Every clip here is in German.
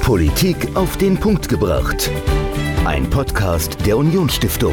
Politik auf den Punkt gebracht. Ein Podcast der Unionsstiftung.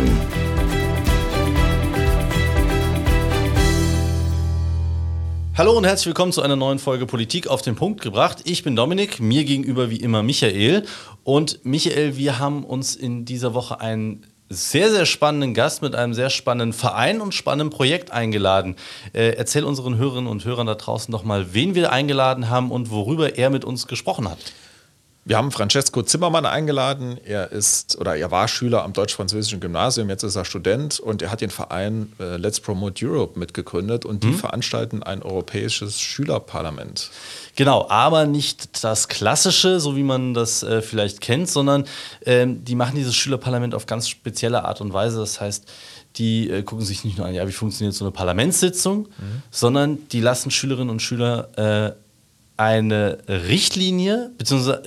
Hallo und herzlich willkommen zu einer neuen Folge Politik auf den Punkt gebracht. Ich bin Dominik, mir gegenüber wie immer Michael. Und Michael, wir haben uns in dieser Woche einen sehr, sehr spannenden Gast mit einem sehr spannenden Verein und spannenden Projekt eingeladen. Erzähl unseren Hörerinnen und Hörern da draußen noch mal, wen wir eingeladen haben und worüber er mit uns gesprochen hat. Wir haben Francesco Zimmermann eingeladen. Er war Schüler am Deutsch-Französischen Gymnasium, jetzt ist er Student und er hat den Verein Let's Promote Europe mitgegründet und die veranstalten ein europäisches Schülerparlament. Genau, aber nicht das Klassische, so wie man das vielleicht kennt, sondern die machen dieses Schülerparlament auf ganz spezielle Art und Weise. Das heißt, die gucken sich nicht nur an, ja, wie funktioniert so eine Parlamentssitzung, sondern die lassen Schülerinnen und Schüler eine Richtlinie bzw.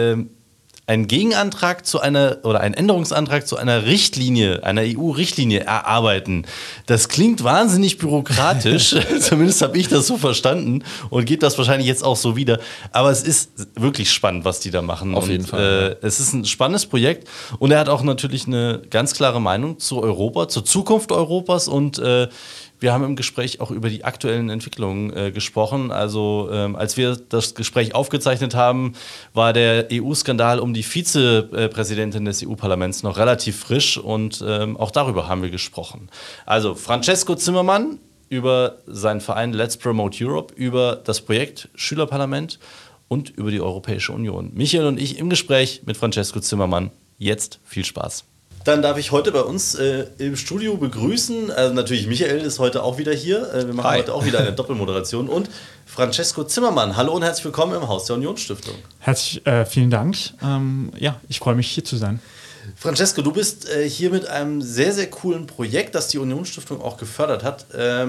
einen Gegenantrag zu einen Änderungsantrag zu einer Richtlinie, einer EU-Richtlinie erarbeiten. Das klingt wahnsinnig bürokratisch, zumindest habe ich das so verstanden und geht das wahrscheinlich jetzt auch so wieder. Aber es ist wirklich spannend, was die da machen. Auf jeden Fall. Es ist ein spannendes Projekt und er hat auch natürlich eine ganz klare Meinung zu Europa, zur Zukunft Europas und wir haben im Gespräch auch über die aktuellen Entwicklungen gesprochen. Also als wir das Gespräch aufgezeichnet haben, war der EU-Skandal um die Vizepräsidentin des EU-Parlaments noch relativ frisch und auch darüber haben wir gesprochen. Also Francesco Zimmermann über seinen Verein Let's Promote Europe, über das Projekt Schülerparlament und über die Europäische Union. Michael und ich im Gespräch mit Francesco Zimmermann. Jetzt viel Spaß. Dann darf ich heute bei uns im Studio begrüßen, also natürlich Michael ist heute auch wieder hier, wir machen heute auch wieder eine Doppelmoderation und Francesco Zimmermann. Hallo und herzlich willkommen im Haus der Unionsstiftung. Vielen Dank. Ich freue mich hier zu sein. Francesco, du bist hier mit einem sehr, sehr coolen Projekt, das die Unionsstiftung auch gefördert hat.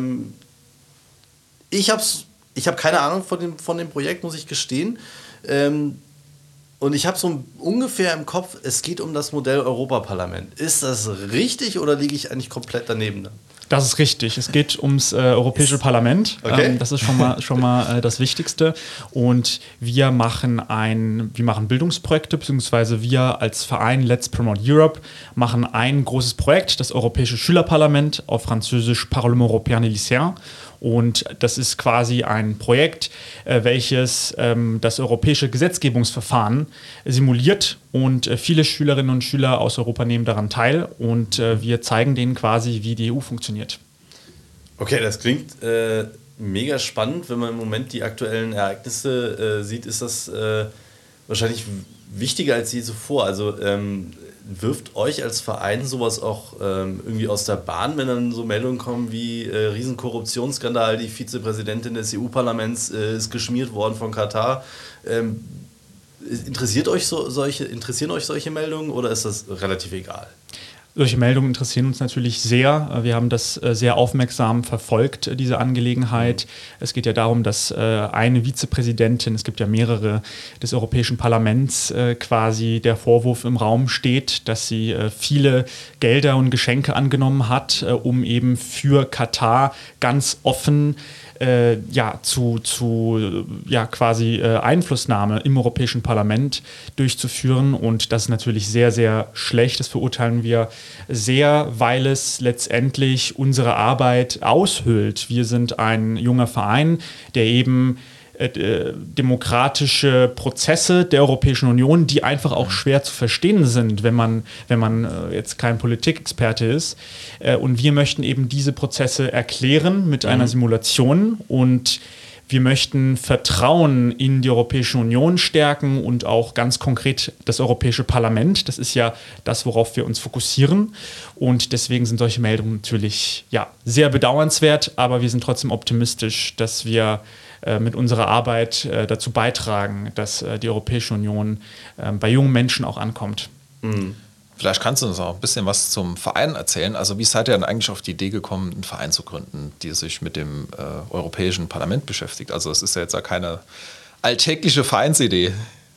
Ich hab keine Ahnung von dem Projekt, muss ich gestehen. Und ich habe so ungefähr im Kopf, es geht um das Modell Europaparlament. Ist das richtig oder liege ich eigentlich komplett daneben? Das ist richtig. Es geht ums Europäische Parlament. Okay. Das ist schon mal das Wichtigste. Und wir machen Bildungsprojekte, beziehungsweise wir als Verein Let's Promote Europe machen ein großes Projekt, das Europäische Schülerparlament, auf Französisch Parlement européen des lycéens. Und das ist quasi ein Projekt, welches das europäische Gesetzgebungsverfahren simuliert und viele Schülerinnen und Schüler aus Europa nehmen daran teil und wir zeigen denen quasi, wie die EU funktioniert. Okay, das klingt mega spannend. Wenn man im Moment die aktuellen Ereignisse sieht, ist das wahrscheinlich wichtiger als je zuvor. Also wirft euch als Verein sowas auch irgendwie aus der Bahn, wenn dann so Meldungen kommen wie Riesenkorruptionsskandal, die Vizepräsidentin des EU-Parlaments ist geschmiert worden von Katar. Interessieren euch solche Meldungen oder ist das relativ egal? Solche Meldungen interessieren uns natürlich sehr. Wir haben das sehr aufmerksam verfolgt, diese Angelegenheit. Es geht ja darum, dass eine Vizepräsidentin, es gibt ja mehrere des Europäischen Parlaments, quasi der Vorwurf im Raum steht, dass sie viele Gelder und Geschenke angenommen hat, um eben für Katar ganz offen quasi Einflussnahme im Europäischen Parlament durchzuführen. Und das ist natürlich sehr, sehr schlecht. Das verurteilen wir sehr, weil es letztendlich unsere Arbeit aushöhlt. Wir sind ein junger Verein, der eben demokratische Prozesse der Europäischen Union, die einfach auch schwer zu verstehen sind, wenn man jetzt kein Politikexperte ist. Und wir möchten eben diese Prozesse erklären mit einer Simulation und wir möchten Vertrauen in die Europäische Union stärken und auch ganz konkret das Europäische Parlament. Das ist ja das, worauf wir uns fokussieren. Und deswegen sind solche Meldungen natürlich sehr bedauernswert, aber wir sind trotzdem optimistisch, dass wir mit unserer Arbeit dazu beitragen, dass die Europäische Union bei jungen Menschen auch ankommt. Mhm. Vielleicht kannst du uns auch ein bisschen was zum Verein erzählen. Also wie seid ihr denn eigentlich auf die Idee gekommen, einen Verein zu gründen, der sich mit dem Europäischen Parlament beschäftigt? Also es ist ja jetzt ja keine alltägliche Vereinsidee.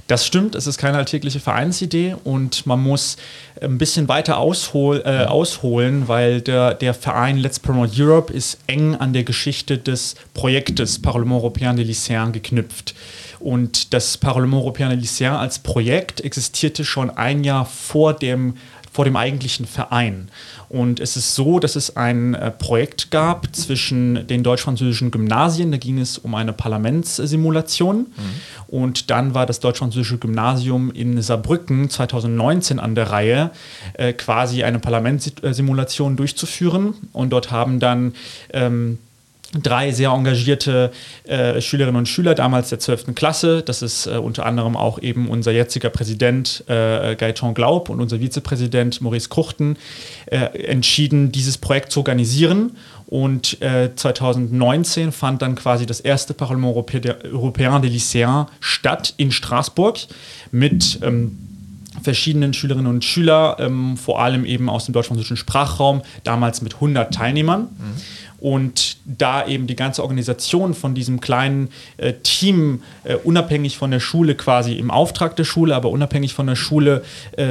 Das stimmt, es ist keine alltägliche Vereinsidee und man muss ein bisschen weiter ausholen, weil der Verein Let's Promote Europe ist eng an der Geschichte des Projektes Parlement Européen des Lycéens geknüpft. Und das Parlement Européen des Lycéens als Projekt existierte schon ein Jahr vor dem eigentlichen Verein. Und es ist so, dass es ein Projekt gab zwischen den deutsch-französischen Gymnasien, da ging es um eine Parlamentssimulation. Und dann war das deutsch-französische Gymnasium in Saarbrücken 2019 an der Reihe, quasi eine Parlamentssimulation durchzuführen. Und dort haben dann 3 sehr engagierte Schülerinnen und Schüler, damals der 12. Klasse, das ist unter anderem auch eben unser jetziger Präsident Gaëtan Glaub und unser Vizepräsident Maurice Kruchten, entschieden, dieses Projekt zu organisieren. Und 2019 fand dann quasi das erste Parlement Européen des Lycéens statt in Straßburg mit verschiedenen Schülerinnen und Schülern, vor allem eben aus dem deutsch-französischen Sprachraum, damals mit 100 Teilnehmern. Und da eben die ganze Organisation von diesem kleinen Team, unabhängig von der Schule quasi im Auftrag der Schule, aber unabhängig von der Schule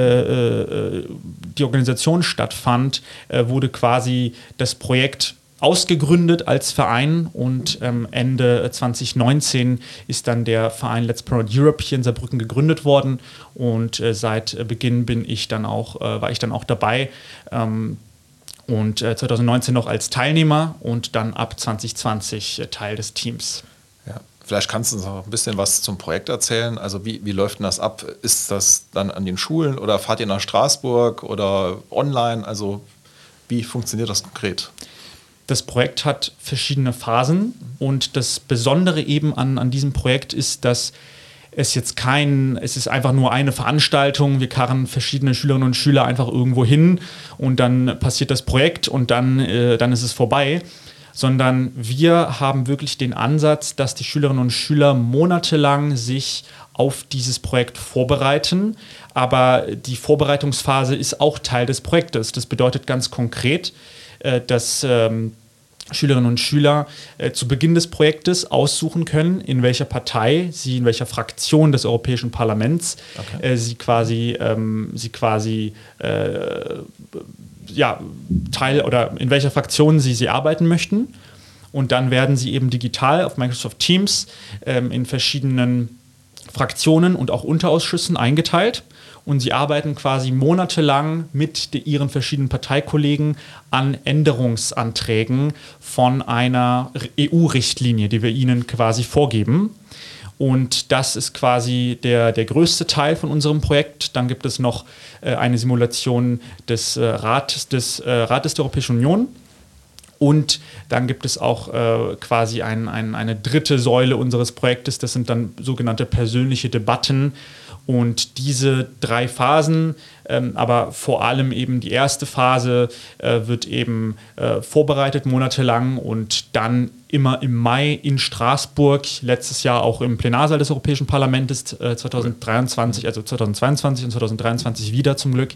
die Organisation stattfand, wurde quasi das Projekt ausgegründet als Verein und Ende 2019 ist dann der Verein Let's Promote Europe hier in Saarbrücken gegründet worden und seit Beginn war ich dann auch dabei. Und 2019 noch als Teilnehmer und dann ab 2020 Teil des Teams. Ja, vielleicht kannst du uns noch ein bisschen was zum Projekt erzählen. Also wie läuft denn das ab? Ist das dann an den Schulen oder fahrt ihr nach Straßburg oder online? Also wie funktioniert das konkret? Das Projekt hat verschiedene Phasen und das Besondere eben an diesem Projekt ist, dass es ist einfach nur eine Veranstaltung, wir karren verschiedene Schülerinnen und Schüler einfach irgendwo hin und dann passiert das Projekt und dann ist es vorbei, sondern wir haben wirklich den Ansatz, dass die Schülerinnen und Schüler monatelang sich auf dieses Projekt vorbereiten, aber die Vorbereitungsphase ist auch Teil des Projektes. Das bedeutet ganz konkret, dass Schülerinnen und Schüler zu Beginn des Projektes aussuchen können, in welcher Partei sie, in welcher Fraktion des Europäischen Parlaments sie quasi Teil oder in welcher Fraktion sie arbeiten möchten. Und dann werden sie eben digital auf Microsoft Teams in verschiedenen Fraktionen und auch Unterausschüssen eingeteilt. Und sie arbeiten quasi monatelang mit ihren verschiedenen Parteikollegen an Änderungsanträgen von einer EU-Richtlinie, die wir ihnen quasi vorgeben. Und das ist quasi der größte Teil von unserem Projekt. Dann gibt es noch eine Simulation des Rates der Europäischen Union. Und dann gibt es auch quasi eine dritte Säule unseres Projektes. Das sind dann sogenannte persönliche Debatten. Und diese 3 Phasen, aber vor allem eben die erste Phase wird eben vorbereitet monatelang und dann immer im Mai in Straßburg, letztes Jahr auch im Plenarsaal des Europäischen Parlaments 2023, also 2022 und 2023 wieder zum Glück.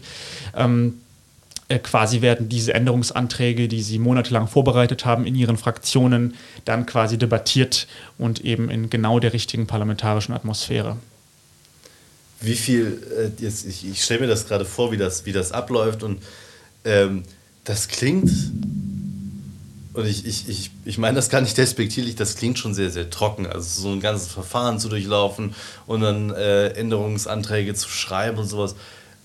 Quasi werden diese Änderungsanträge, die sie monatelang vorbereitet haben, in ihren Fraktionen dann quasi debattiert und eben in genau der richtigen parlamentarischen Atmosphäre. Wie viel, ich stelle mir das gerade vor, wie das abläuft und das klingt, und ich meine das gar nicht despektierlich, das klingt schon sehr, sehr trocken, also so ein ganzes Verfahren zu durchlaufen und dann Änderungsanträge zu schreiben und sowas.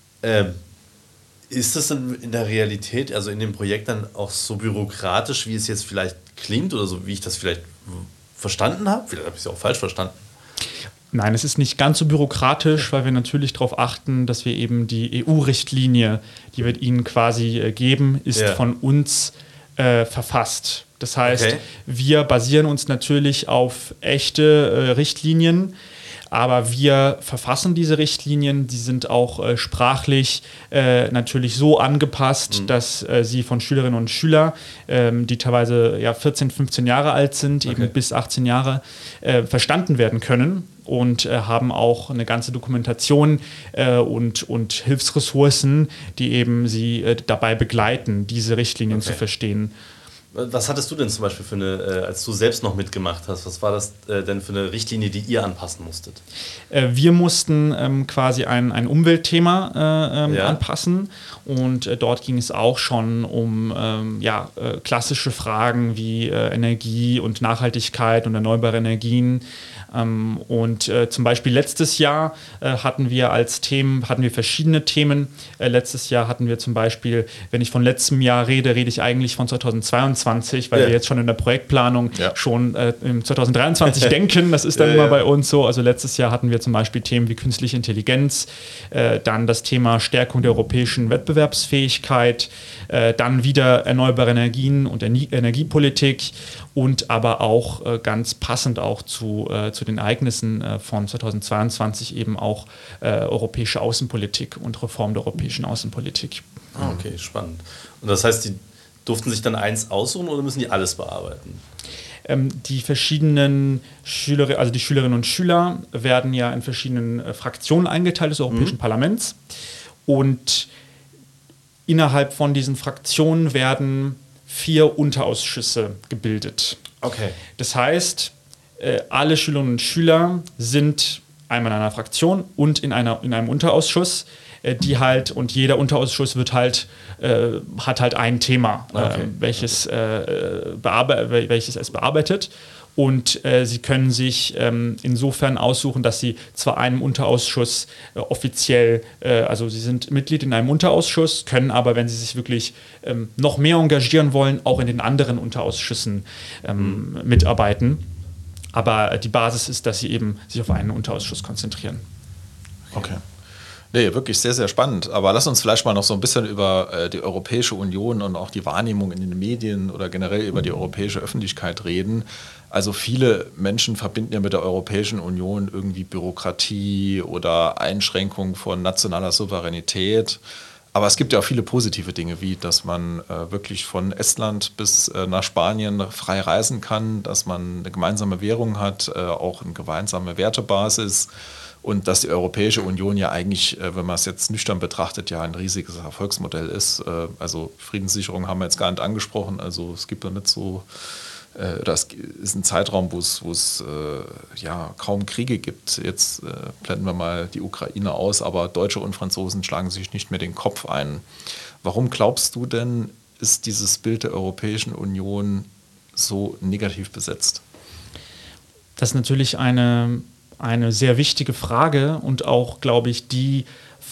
Ist das in der Realität, also in dem Projekt dann auch so bürokratisch, wie es jetzt vielleicht klingt oder so, wie ich das vielleicht verstanden habe? Vielleicht habe ich es auch falsch verstanden. Nein, es ist nicht ganz so bürokratisch, weil wir natürlich darauf achten, dass wir eben die EU-Richtlinie, die wir Ihnen quasi geben, ist von uns verfasst. Das heißt, wir basieren uns natürlich auf echte Richtlinien, aber wir verfassen diese Richtlinien, die sind auch sprachlich natürlich so angepasst, dass sie von Schülerinnen und Schülern, die teilweise 14, 15 Jahre alt sind, eben bis 18 Jahre, verstanden werden können. Und haben auch eine ganze Dokumentation und Hilfsressourcen, die eben sie dabei begleiten, diese Richtlinien zu verstehen. Was hattest du denn zum Beispiel für eine, als du selbst noch mitgemacht hast, was war das denn für eine Richtlinie, die ihr anpassen musstet? Wir mussten quasi ein Umweltthema anpassen und dort ging es auch schon um klassische Fragen wie Energie und Nachhaltigkeit und erneuerbare Energien. Und zum Beispiel letztes Jahr hatten wir verschiedene Themen. Letztes Jahr hatten wir zum Beispiel, wenn ich von letztem Jahr rede ich eigentlich von 2022, weil wir jetzt schon in der Projektplanung schon im 2023 denken. Das ist dann immer bei uns so. Also letztes Jahr hatten wir zum Beispiel Themen wie künstliche Intelligenz, dann das Thema Stärkung der europäischen Wettbewerbsfähigkeit, dann wieder erneuerbare Energien und Energiepolitik und aber auch ganz passend auch zu den Ereignissen von 2022 eben auch europäische Außenpolitik und Reform der europäischen Außenpolitik. Okay, spannend. Und das heißt, die durften sich dann eins aussuchen oder müssen die alles bearbeiten? Die verschiedenen Schülerinnen, also die Schülerinnen und Schüler werden ja in verschiedenen Fraktionen eingeteilt des Europäischen Parlaments und innerhalb von diesen Fraktionen werden 4 Unterausschüsse gebildet. Okay. Das heißt, alle Schülerinnen und Schüler sind einmal in einer Fraktion und in einem Unterausschuss, und jeder Unterausschuss hat halt ein Thema, welches es bearbeitet. Und sie können sich insofern aussuchen, dass sie zwar einem Unterausschuss offiziell, also sie sind Mitglied in einem Unterausschuss, können aber, wenn sie sich wirklich noch mehr engagieren wollen, auch in den anderen Unterausschüssen mitarbeiten. Aber die Basis ist, dass sie eben sich auf einen Unterausschuss konzentrieren. Okay. Nee, wirklich sehr, sehr spannend. Aber lass uns vielleicht mal noch so ein bisschen über die Europäische Union und auch die Wahrnehmung in den Medien oder generell über die europäische Öffentlichkeit reden. Also viele Menschen verbinden ja mit der Europäischen Union irgendwie Bürokratie oder Einschränkung von nationaler Souveränität. Aber es gibt ja auch viele positive Dinge, wie dass man wirklich von Estland bis nach Spanien frei reisen kann, dass man eine gemeinsame Währung hat, auch eine gemeinsame Wertebasis. Und dass die Europäische Union ja eigentlich, wenn man es jetzt nüchtern betrachtet, ja ein riesiges Erfolgsmodell ist. Also Friedenssicherung haben wir jetzt gar nicht angesprochen. Also es gibt ja nicht so, das ist ein Zeitraum, wo es kaum Kriege gibt. Jetzt blenden wir mal die Ukraine aus, aber Deutsche und Franzosen schlagen sich nicht mehr den Kopf ein. Warum glaubst du denn, ist dieses Bild der Europäischen Union so negativ besetzt? Das ist natürlich eine sehr wichtige Frage und auch, glaube ich, die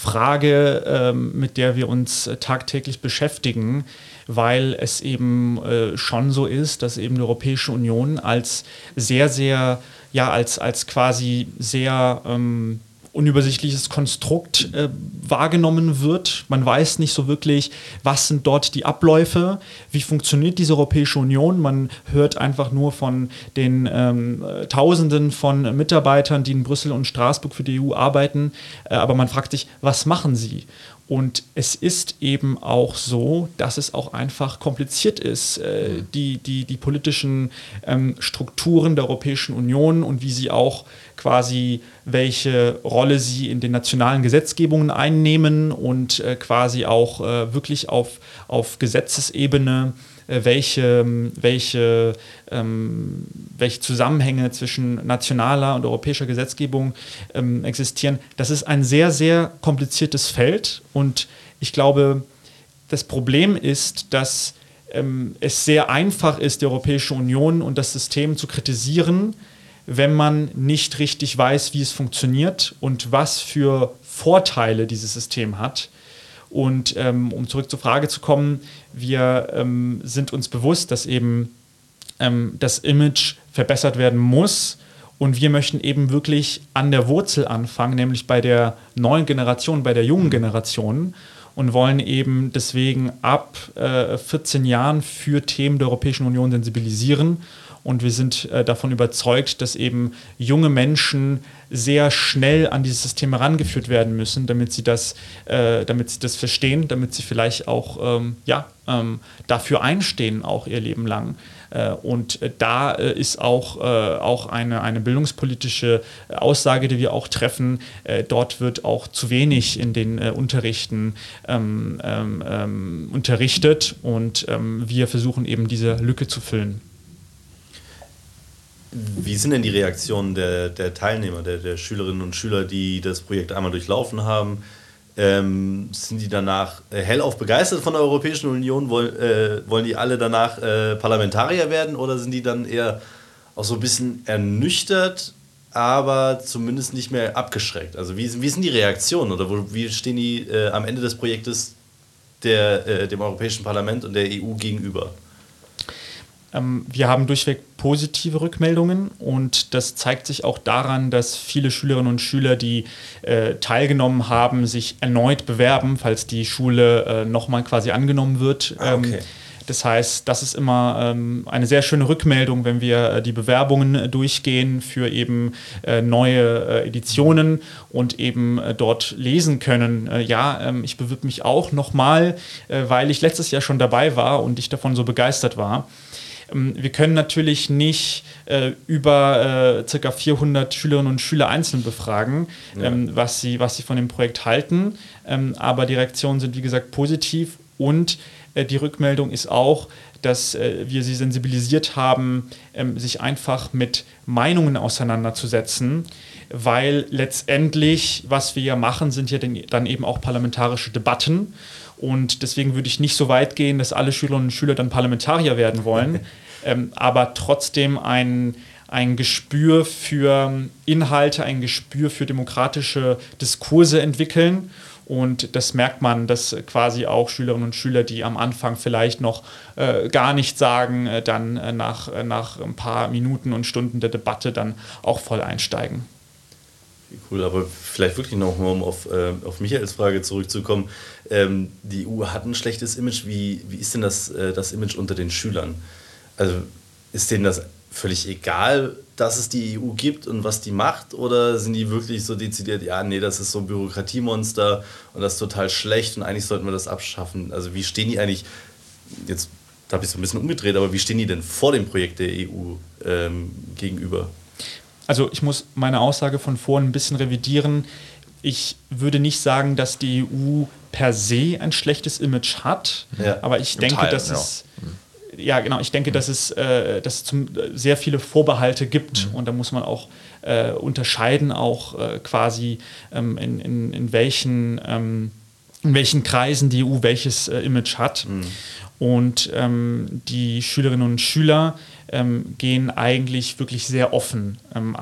Frage, mit der wir uns tagtäglich beschäftigen, weil es eben schon so ist, dass eben die Europäische Union als sehr, sehr, als quasi sehr unübersichtliches Konstrukt wahrgenommen wird. Man weiß nicht so wirklich, was sind dort die Abläufe, wie funktioniert diese Europäische Union. Man hört einfach nur von den Tausenden von Mitarbeitern, die in Brüssel und Straßburg für die EU arbeiten, aber man fragt sich, was machen sie? Und es ist eben auch so, dass es auch einfach kompliziert ist, die politischen Strukturen der Europäischen Union und wie sie auch quasi, welche Rolle sie in den nationalen Gesetzgebungen einnehmen und quasi auch wirklich auf Gesetzesebene welche Zusammenhänge zwischen nationaler und europäischer Gesetzgebung existieren. Das ist ein sehr, sehr kompliziertes Feld und ich glaube, das Problem ist, dass es sehr einfach ist, die Europäische Union und das System zu kritisieren, wenn man nicht richtig weiß, wie es funktioniert und was für Vorteile dieses System hat. Und um zurück zur Frage zu kommen, wir sind uns bewusst, dass eben das Image verbessert werden muss und wir möchten eben wirklich an der Wurzel anfangen, nämlich bei der neuen Generation, bei der jungen Generation und wollen eben deswegen ab 14 Jahren für Themen der Europäischen Union sensibilisieren und wir sind davon überzeugt, dass eben junge Menschen sehr schnell an dieses System herangeführt werden müssen, damit sie das verstehen, damit sie vielleicht auch dafür einstehen, auch ihr Leben lang. Und da ist auch eine bildungspolitische Aussage, die wir auch treffen. Dort wird auch zu wenig in den Unterrichten unterrichtet und wir versuchen eben diese Lücke zu füllen. Wie sind denn die Reaktionen der Teilnehmer, der Schülerinnen und Schüler, die das Projekt einmal durchlaufen haben? Sind die danach hellauf begeistert von der Europäischen Union? Wollen die alle danach Parlamentarier werden oder sind die dann eher auch so ein bisschen ernüchtert, aber zumindest nicht mehr abgeschreckt? Also wie sind die Reaktionen oder wie stehen die am Ende des Projektes dem Europäischen Parlament und der EU gegenüber? Wir haben durchweg positive Rückmeldungen und das zeigt sich auch daran, dass viele Schülerinnen und Schüler, die teilgenommen haben, sich erneut bewerben, falls die Schule nochmal quasi angenommen wird. Okay. Das heißt, das ist immer eine sehr schöne Rückmeldung, wenn wir die Bewerbungen durchgehen für eben neue Editionen und eben dort lesen können, ich bewirb mich auch nochmal, weil ich letztes Jahr schon dabei war und ich davon so begeistert war. Wir können natürlich nicht über ca. 400 Schülerinnen und Schüler einzeln befragen, was sie von dem Projekt halten. Aber die Reaktionen sind, wie gesagt, positiv und die Rückmeldung ist auch, dass wir sie sensibilisiert haben, sich einfach mit Meinungen auseinanderzusetzen, weil letztendlich, was wir ja machen, sind ja dann eben auch parlamentarische Debatten. Und deswegen würde ich nicht so weit gehen, dass alle Schülerinnen und Schüler dann Parlamentarier werden wollen, aber trotzdem ein Gespür für Inhalte, ein Gespür für demokratische Diskurse entwickeln. Und das merkt man, dass quasi auch Schülerinnen und Schüler, die am Anfang vielleicht noch gar nichts sagen, dann nach ein paar Minuten und Stunden der Debatte dann auch voll einsteigen. Cool, aber vielleicht wirklich noch mal, um auf Michaels Frage zurückzukommen. Die EU hat ein schlechtes Image. Wie ist denn das Image unter den Schülern? Also ist denen das völlig egal, dass es die EU gibt und was die macht? Oder sind die wirklich so dezidiert, das ist so ein Bürokratiemonster und das ist total schlecht und eigentlich sollten wir das abschaffen? Also wie stehen die eigentlich, jetzt habe ich es so ein bisschen umgedreht, aber wie stehen die denn vor dem Projekt der EU gegenüber? Also ich muss meine Aussage von vorhin ein bisschen revidieren. Ich würde nicht sagen, dass die EU per se ein schlechtes Image hat, aber ich denke, dass es sehr viele Vorbehalte gibt und da muss man auch unterscheiden, auch quasi in welchen Kreisen die EU welches Image hat. Und die Schülerinnen und Schüler gehen eigentlich wirklich sehr offen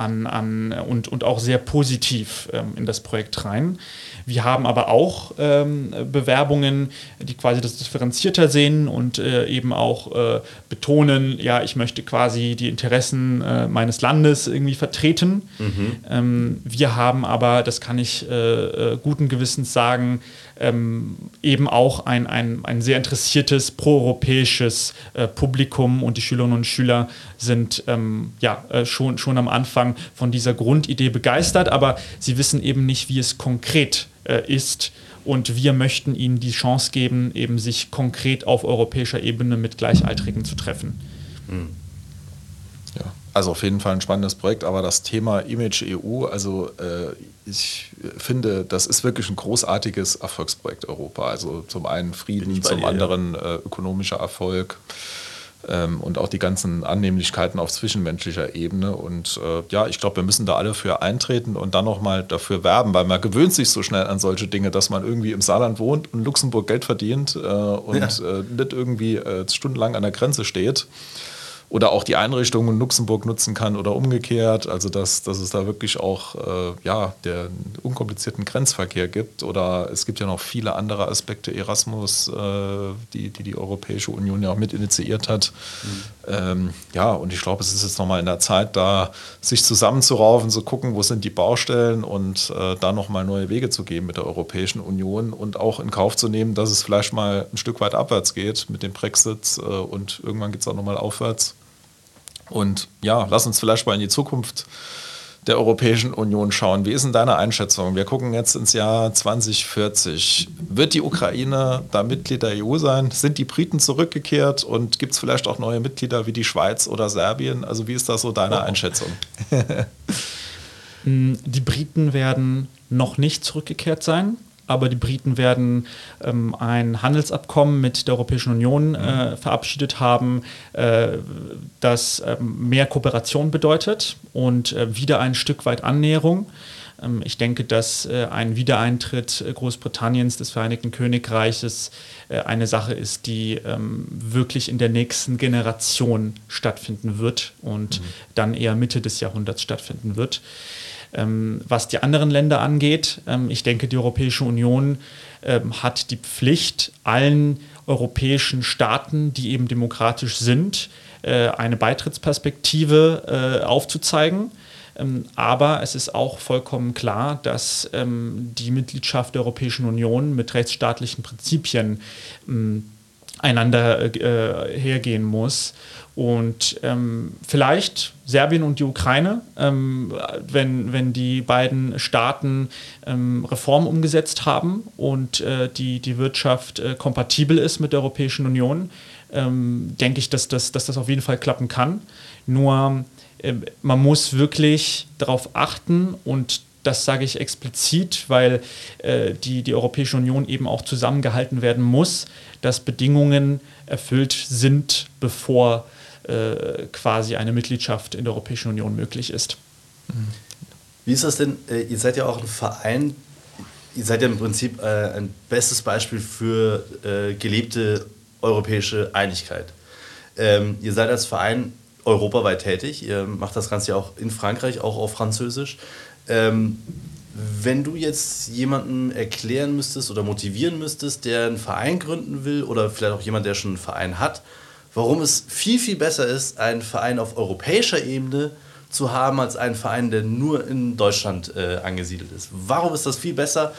und auch sehr positiv in das Projekt rein. Wir haben aber auch Bewerbungen, die quasi das differenzierter sehen und eben auch betonen, ich möchte quasi die Interessen meines Landes irgendwie vertreten. Wir haben aber, das kann ich guten Gewissens sagen, eben auch ein sehr interessiertes, proeuropäisches Publikum und die Schülerinnen und Schüler sind schon am Anfang von dieser Grundidee begeistert, aber sie wissen eben nicht, wie es konkret ist und wir möchten ihnen die Chance geben, eben sich konkret auf europäischer Ebene mit Gleichaltrigen zu treffen. Ja, also auf jeden Fall ein spannendes Projekt, aber das Thema Image EU, ich finde, das ist wirklich ein großartiges Erfolgsprojekt Europa. Also zum einen Frieden, zum anderen ökonomischer Erfolg und auch die ganzen Annehmlichkeiten auf zwischenmenschlicher Ebene. Und ich glaube, wir müssen da alle für eintreten und dann nochmal dafür werben, weil man gewöhnt sich so schnell an solche Dinge, dass man irgendwie im Saarland wohnt und in Luxemburg Geld verdient nicht irgendwie stundenlang an der Grenze steht. Oder auch die Einrichtungen in Luxemburg nutzen kann oder umgekehrt. Also dass es da wirklich auch den unkomplizierten Grenzverkehr gibt. Oder es gibt ja noch viele andere Aspekte, Erasmus, die Europäische Union ja auch mit initiiert hat. Und ich glaube, es ist jetzt nochmal in der Zeit, da sich zusammenzuraufen, zu gucken, wo sind die Baustellen und da nochmal neue Wege zu gehen mit der Europäischen Union und auch in Kauf zu nehmen, dass es vielleicht mal ein Stück weit abwärts geht mit dem Brexit und irgendwann geht es auch nochmal aufwärts. Und ja, lass uns vielleicht mal in die Zukunft der Europäischen Union schauen. Wie ist denn deine Einschätzung? Wir gucken jetzt ins Jahr 2040. Wird die Ukraine da Mitglied der EU sein? Sind die Briten zurückgekehrt? Und gibt es vielleicht auch neue Mitglieder wie die Schweiz oder Serbien? Also wie ist das so deine Einschätzung? Die Briten werden noch nicht zurückgekehrt sein. Aber die Briten werden ein Handelsabkommen mit der Europäischen Union verabschiedet haben, das mehr Kooperation bedeutet und wieder ein Stück weit Annäherung. Ich denke, dass ein Wiedereintritt Großbritanniens, des Vereinigten Königreiches, eine Sache ist, die wirklich in der nächsten Generation stattfinden wird und dann eher Mitte des Jahrhunderts stattfinden wird. Was die anderen Länder angeht, ich denke, die Europäische Union hat die Pflicht, allen europäischen Staaten, die eben demokratisch sind, eine Beitrittsperspektive aufzuzeigen. Aber es ist auch vollkommen klar, dass die Mitgliedschaft der Europäischen Union mit rechtsstaatlichen Prinzipien einander hergehen muss. Und vielleicht Serbien und die Ukraine, wenn die beiden Staaten Reformen umgesetzt haben und die Wirtschaft kompatibel ist mit der Europäischen Union, denke ich, dass das auf jeden Fall klappen kann. Nur man muss wirklich darauf achten, und das sage ich explizit, weil die Europäische Union eben auch zusammengehalten werden muss, dass Bedingungen erfüllt sind, bevor quasi eine Mitgliedschaft in der Europäischen Union möglich ist. Wie ist das denn? Ihr seid ja auch ein Verein, ihr seid ja im Prinzip ein bestes Beispiel für gelebte europäische Einigkeit. Ihr seid als Verein europaweit tätig, ihr macht das Ganze ja auch in Frankreich, auch auf Französisch. Wenn du jetzt jemanden erklären müsstest oder motivieren müsstest, der einen Verein gründen will oder vielleicht auch jemand, der schon einen Verein hat, warum es viel, viel besser ist, einen Verein auf europäischer Ebene zu haben, als einen Verein, der nur in Deutschland angesiedelt ist. Warum ist das viel besser,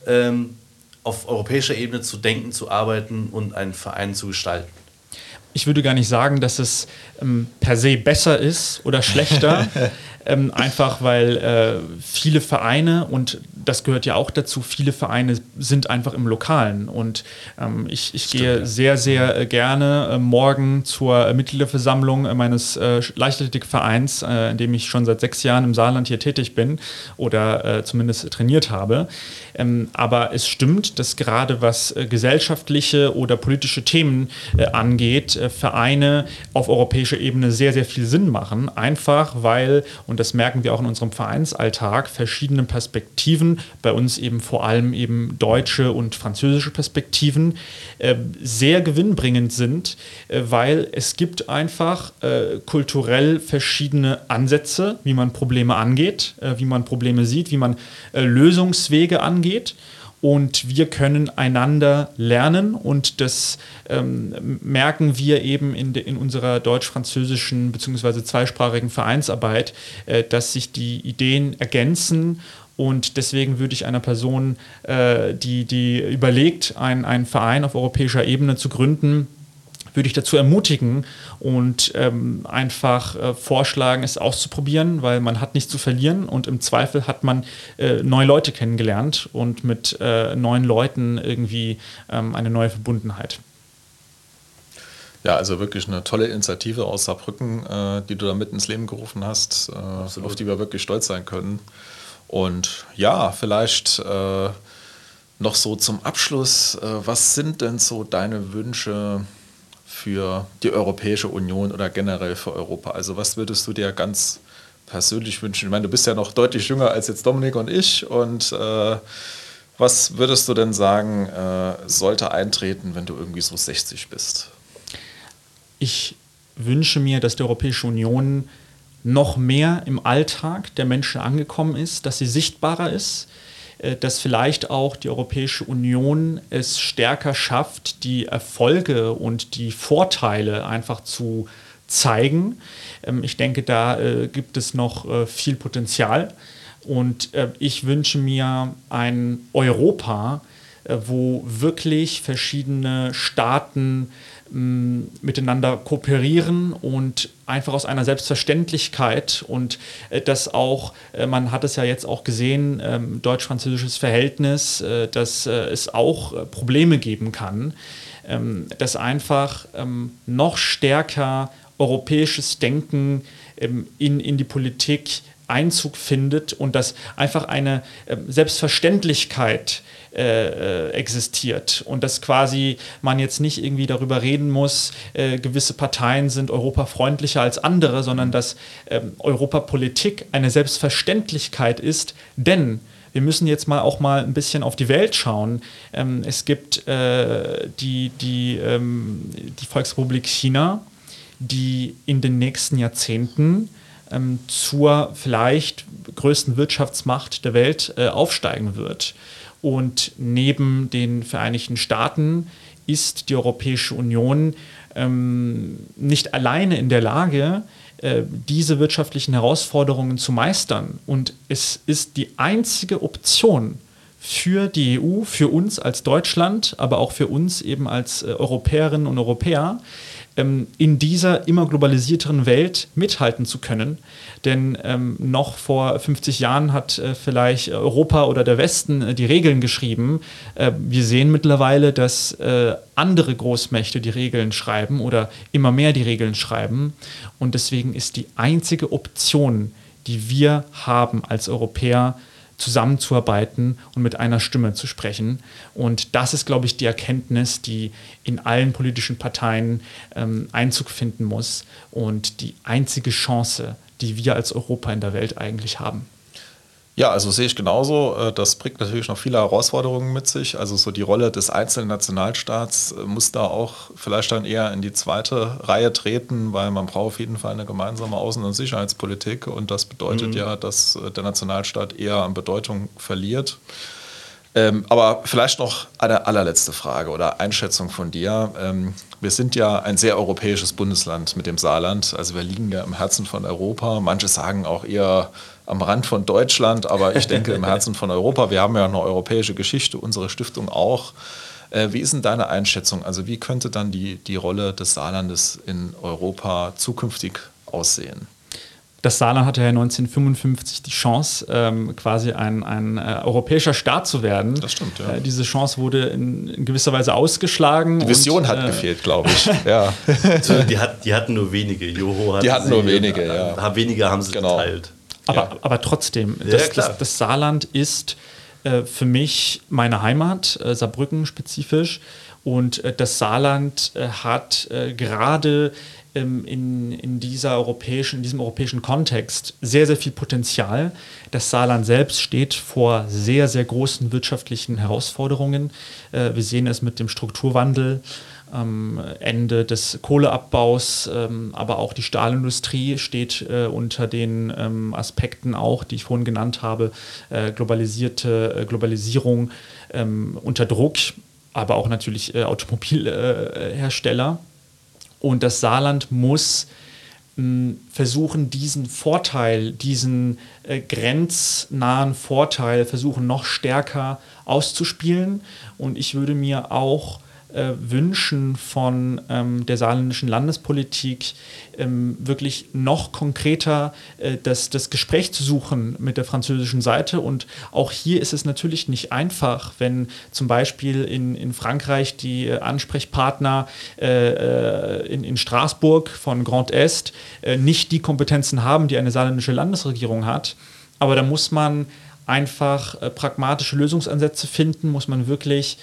auf europäischer Ebene zu denken, zu arbeiten und einen Verein zu gestalten? Ich würde gar nicht sagen, dass es per se besser ist oder schlechter, einfach weil viele Vereine, und das gehört ja auch dazu, viele Vereine sind einfach im Lokalen. Und ich gehe sehr, sehr gerne morgen zur Mitgliederversammlung meines Leichtathletikvereins, in dem ich schon seit 6 Jahren im Saarland hier tätig bin oder zumindest trainiert habe. Aber es stimmt, dass gerade was gesellschaftliche oder politische Themen angeht, Vereine auf europäischer Ebene sehr, sehr viel Sinn machen. Einfach weil, und das merken wir auch in unserem Vereinsalltag, verschiedene Perspektiven, bei uns eben vor allem eben deutsche und französische Perspektiven, sehr gewinnbringend sind, weil es gibt einfach kulturell verschiedene Ansätze, wie man Probleme angeht, wie man Probleme sieht, wie man Lösungswege angeht. Und wir können einander lernen, und das merken wir eben in unserer deutsch-französischen bzw. zweisprachigen Vereinsarbeit, dass sich die Ideen ergänzen. Und deswegen würde ich einer Person, die überlegt, einen Verein auf europäischer Ebene zu gründen, würde ich dazu ermutigen und einfach vorschlagen, es auszuprobieren, weil man hat nichts zu verlieren und im Zweifel hat man neue Leute kennengelernt und mit neuen Leuten irgendwie eine neue Verbundenheit. Ja, also wirklich eine tolle Initiative aus Saarbrücken, die du da mit ins Leben gerufen hast, auf die wir wirklich stolz sein können. Und ja, vielleicht noch so zum Abschluss, was sind denn so deine Wünsche für die Europäische Union oder generell für Europa? Also was würdest du dir ganz persönlich wünschen? Ich meine, du bist ja noch deutlich jünger als jetzt Dominik und ich. Und was würdest du denn sagen, sollte eintreten, wenn du irgendwie so 60 bist? Ich wünsche mir, dass die Europäische Union noch mehr im Alltag der Menschen angekommen ist, dass sie sichtbarer ist, dass vielleicht auch die Europäische Union es stärker schafft, die Erfolge und die Vorteile einfach zu zeigen. Ich denke, da gibt es noch viel Potenzial. Und ich wünsche mir ein Europa, wo wirklich verschiedene Staaten miteinander kooperieren und einfach aus einer Selbstverständlichkeit und das auch, man hat es ja jetzt auch gesehen, deutsch-französisches Verhältnis, dass es auch Probleme geben kann, dass einfach noch stärker europäisches Denken in die Politik Einzug findet und dass einfach eine Selbstverständlichkeit existiert und dass quasi man jetzt nicht irgendwie darüber reden muss, gewisse Parteien sind europafreundlicher als andere, sondern dass Europapolitik eine Selbstverständlichkeit ist, denn wir müssen jetzt auch mal ein bisschen auf die Welt schauen. Es gibt die Volksrepublik China, die in den nächsten Jahrzehnten zur vielleicht größten Wirtschaftsmacht der Welt aufsteigen wird. Und neben den Vereinigten Staaten ist die Europäische Union nicht alleine in der Lage, diese wirtschaftlichen Herausforderungen zu meistern. Und es ist die einzige Option für die EU, für uns als Deutschland, aber auch für uns eben als Europäerinnen und Europäer, in dieser immer globalisierteren Welt mithalten zu können. Denn noch vor 50 Jahren hat vielleicht Europa oder der Westen die Regeln geschrieben. Wir sehen mittlerweile, dass andere Großmächte die Regeln schreiben oder immer mehr die Regeln schreiben. Und deswegen ist die einzige Option, die wir haben als Europäer, zusammenzuarbeiten und mit einer Stimme zu sprechen. Und das ist, glaube ich, die Erkenntnis, die in allen politischen Parteien Einzug finden muss und die einzige Chance, die wir als Europa in der Welt eigentlich haben. Ja, also sehe ich genauso. Das bringt natürlich noch viele Herausforderungen mit sich. Also so die Rolle des einzelnen Nationalstaats muss da auch vielleicht dann eher in die zweite Reihe treten, weil man braucht auf jeden Fall eine gemeinsame Außen- und Sicherheitspolitik. Und das bedeutet ja, dass der Nationalstaat eher an Bedeutung verliert. Aber vielleicht noch eine allerletzte Frage oder Einschätzung von dir. Wir sind ja ein sehr europäisches Bundesland mit dem Saarland. Also wir liegen ja im Herzen von Europa. Manche sagen auch eher am Rand von Deutschland, aber ich denke im Herzen von Europa. Wir haben ja eine europäische Geschichte, unsere Stiftung auch. Wie ist denn deine Einschätzung? Also wie könnte dann die Rolle des Saarlandes in Europa zukünftig aussehen? Das Saarland hatte ja 1955 die Chance, quasi ein europäischer Staat zu werden. Das stimmt, ja. Diese Chance wurde in gewisser Weise ausgeschlagen. Die Vision hat gefehlt, glaube ich. Ja. Die hatten nur wenige. Joho die hatten nur wenige, ja. Weniger haben sie geteilt. Aber trotzdem, das Saarland ist für mich meine Heimat, Saarbrücken spezifisch. Und das Saarland hat gerade in diesem europäischen Kontext sehr, sehr viel Potenzial. Das Saarland selbst steht vor sehr, sehr großen wirtschaftlichen Herausforderungen. Wir sehen es mit dem Strukturwandel, Ende des Kohleabbaus, aber auch die Stahlindustrie steht unter den Aspekten auch, die ich vorhin genannt habe, Globalisierung unter Druck, aber auch natürlich Automobilhersteller. Und das Saarland muss versuchen, diesen Vorteil, diesen grenznahen Vorteil versuchen noch stärker auszuspielen. Und ich würde mir auch wünschen von der saarländischen Landespolitik wirklich noch konkreter das Gespräch zu suchen mit der französischen Seite. Und auch hier ist es natürlich nicht einfach, wenn zum Beispiel in Frankreich die Ansprechpartner in Straßburg von Grand Est nicht die Kompetenzen haben, die eine saarländische Landesregierung hat. Aber da muss man einfach pragmatische Lösungsansätze finden, muss man wirklich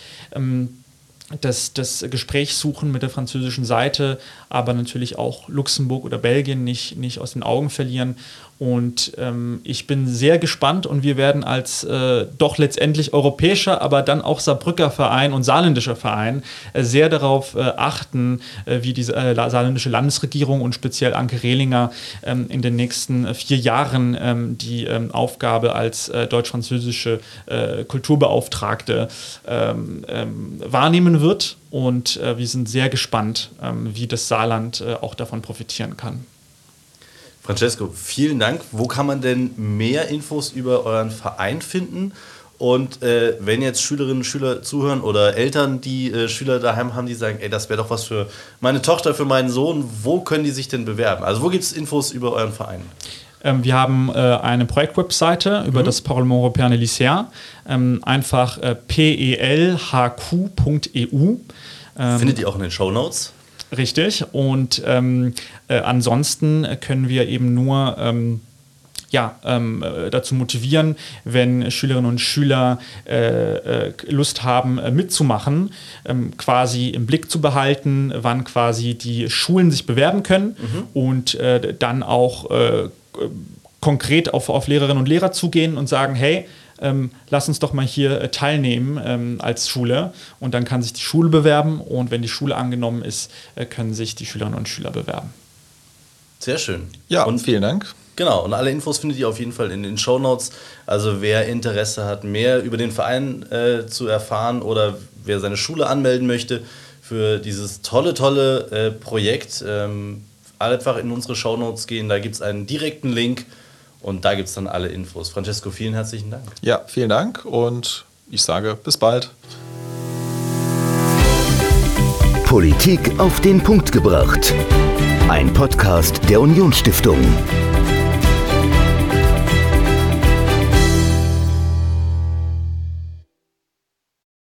das Gespräch suchen mit der französischen Seite, aber natürlich auch Luxemburg oder Belgien nicht aus den Augen verlieren. Und ich bin sehr gespannt und wir werden als doch letztendlich europäischer, aber dann auch Saarbrücker Verein und saarländischer Verein sehr darauf achten, wie die saarländische Landesregierung und speziell Anke Rehlinger in den nächsten 4 Jahren die Aufgabe als deutsch-französische Kulturbeauftragte wahrnehmen wird. Und wir sind sehr gespannt, wie das Saarland auch davon profitieren kann. Francesco, vielen Dank. Wo kann man denn mehr Infos über euren Verein finden Und wenn jetzt Schülerinnen und Schüler zuhören oder Eltern, die Schüler daheim haben, die sagen, ey, das wäre doch was für meine Tochter, für meinen Sohn, wo können die sich denn bewerben? Also wo gibt es Infos über euren Verein? Wir haben eine Projektwebseite über das Parlement Européen des Lycéens, einfach pelhq.eu. Findet ihr auch in den Shownotes? Richtig. Und ansonsten können wir eben nur dazu motivieren, wenn Schülerinnen und Schüler Lust haben, mitzumachen, quasi im Blick zu behalten, wann quasi die Schulen sich bewerben können und dann auch konkret auf Lehrerinnen und Lehrer zugehen und sagen, hey, lass uns doch mal hier teilnehmen als Schule, und dann kann sich die Schule bewerben, und wenn die Schule angenommen ist, können sich die Schülerinnen und Schüler bewerben. Sehr schön. Ja, und vielen Dank. Genau, und alle Infos findet ihr auf jeden Fall in den Shownotes. Also wer Interesse hat, mehr über den Verein zu erfahren oder wer seine Schule anmelden möchte für dieses tolle Projekt, einfach in unsere Shownotes gehen. Da gibt es einen direkten Link und da gibt es dann alle Infos. Francesco, vielen herzlichen Dank. Ja, vielen Dank und ich sage bis bald. Politik auf den Punkt gebracht. Ein Podcast der Unionsstiftung.